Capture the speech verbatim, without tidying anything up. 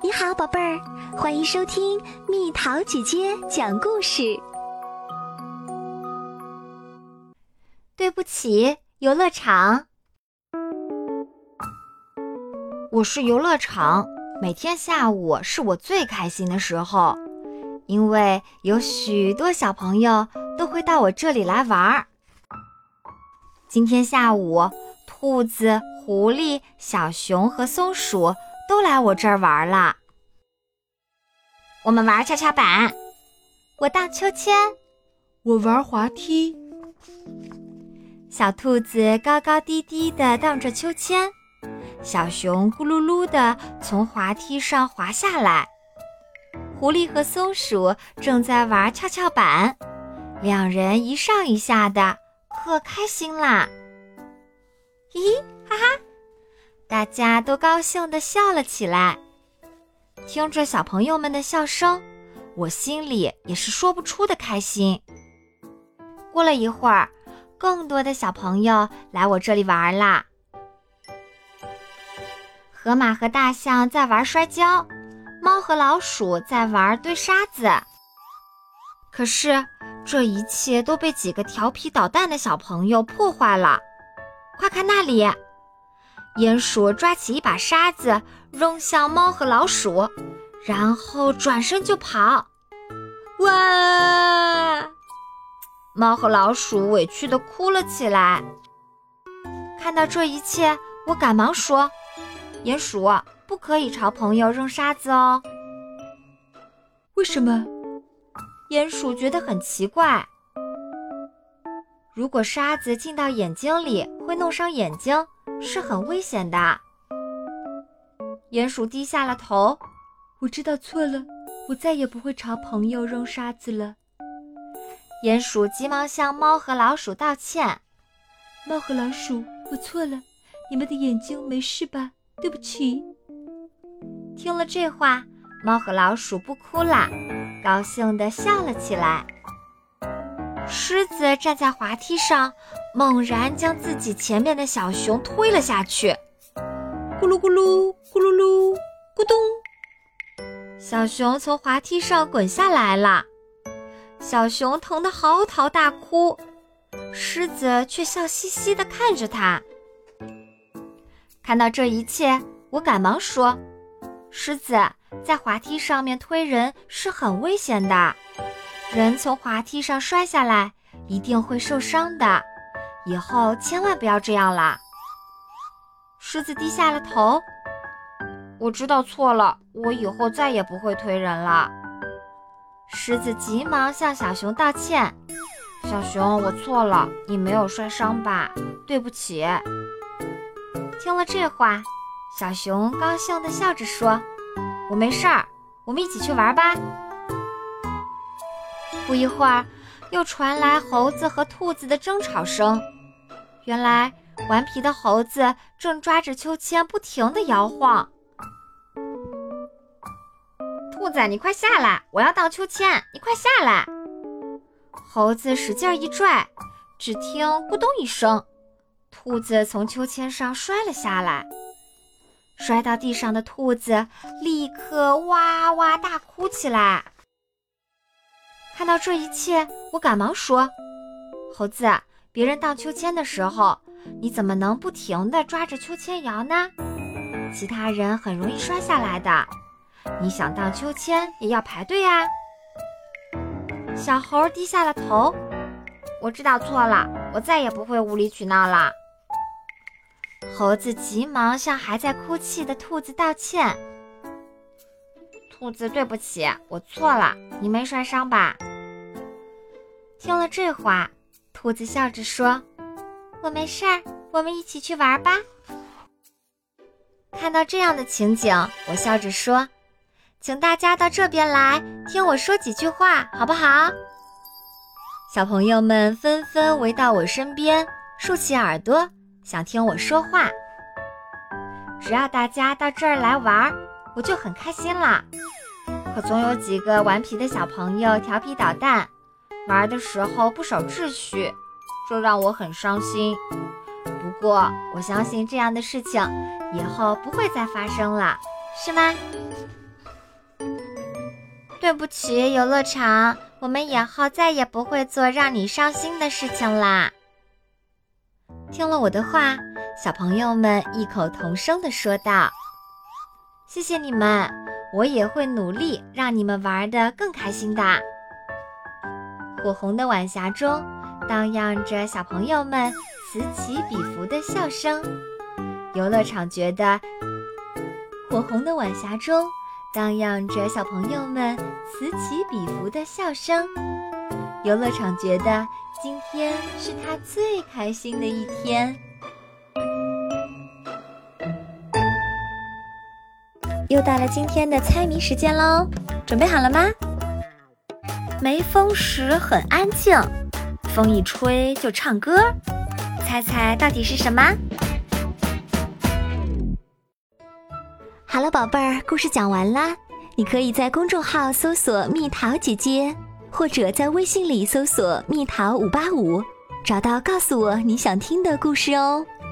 你好，宝贝儿，欢迎收听蜜桃姐姐讲故事。 对不起，游乐场。我是游乐场，每天下午是我最开心的时候，因为有许多小朋友都会到我这里来玩。今天下午，兔子、狐狸、小熊和松鼠都来我这儿玩了。我们玩跷跷板，我荡秋千， 我玩滑梯。 小兔子高高低低地荡着秋千，小熊咕噜噜地从滑梯上滑下来。狐狸和松鼠正在玩跷跷板，两人一上一下的，可开心啦！咦，哈哈，大家都高兴地笑了起来。听着小朋友们的笑声，我心里也是说不出的开心。过了一会儿，更多的小朋友来我这里玩啦。河马和大象在玩摔跤，猫和老鼠在玩堆沙子。可是这一切都被几个调皮捣蛋的小朋友破坏了。快看那里，鼹鼠抓起一把沙子扔向猫和老鼠，然后转身就跑。哇！猫和老鼠委屈地哭了起来。看到这一切，我赶忙说，鼹鼠不可以朝朋友扔沙子哦。 为什么？ 鼹鼠觉得很奇怪。如果沙子进到眼睛里会弄伤眼睛，是很危险的。鼹鼠低下了头， 我知道错了，我再也不会朝朋友扔沙子了。 鼹鼠急忙向猫和老鼠道歉。 猫和老鼠，我错了，你们的眼睛没事吧？对不起。 听了这话，猫和老鼠不哭了，高兴地笑了起来。狮子站在滑梯上，猛然将自己前面的小熊推了下去。咕噜咕噜，咕噜噜，咕咚！小熊从滑梯上滚下来了。小熊疼得嚎啕大哭，狮子却笑嘻嘻地看着它。看到这一切，我赶忙说，狮子，在滑梯上面推人是很危险的，人从滑梯上摔下来一定会受伤的，以后千万不要这样了。狮子低下了头，我知道错了，我以后再也不会推人了。狮子急忙向小熊道歉，小熊，我错了，你没有摔伤吧？对不起。听了这话，小熊高兴地笑着说，我没事儿，我们一起去玩吧。不一会儿，又传来猴子和兔子的争吵声。原来顽皮的猴子正抓着秋千不停地摇晃。兔子，你快下来，我要荡秋千，你快下来。猴子使劲一拽，只听咕咚一声，兔子从秋千上摔了下来。摔到地上的兔子立刻哇哇大哭起来。看到这一切，我赶忙说，猴子，别人荡秋千的时候，你怎么能不停地抓着秋千摇呢？其他人很容易摔下来的，你想荡秋千也要排队啊。小猴低下了头，我知道错了，我再也不会无理取闹了。猴子急忙向还在哭泣的兔子道歉，兔子，对不起，我错了，你没摔伤吧？听了这话，兔子笑着说，我没事儿，我们一起去玩吧。看到这样的情景，我笑着说，请大家到这边来，听我说几句话，好不好？小朋友们纷纷围到我身边，竖起耳朵，想听我说话。只要大家到这儿来玩，我就很开心啦。可总有几个顽皮的小朋友调皮捣蛋，玩的时候不守秩序，这让我很伤心。不过我相信这样的事情以后不会再发生了，是吗？ 对不起，游乐场，我们以后再也不会做让你伤心的事情啦。听了我的话，小朋友们异口同声地说道：谢谢你们，我也会努力让你们玩得更开心的。火红的晚霞中荡漾着小朋友们此起彼伏的笑声。游乐场觉得火红的晚霞中荡漾着小朋友们此起彼伏的笑声。游乐场觉得今天是他最开心的一天。又到了今天的猜谜时间喽，准备好了吗？没风时很安静，风一吹就唱歌，猜猜到底是什么？ 好了，宝贝儿，故事讲完啦。你可以在公众号搜索蜜桃姐姐，或者在微信里搜索蜜桃五八五，找到告诉我你想听的故事哦。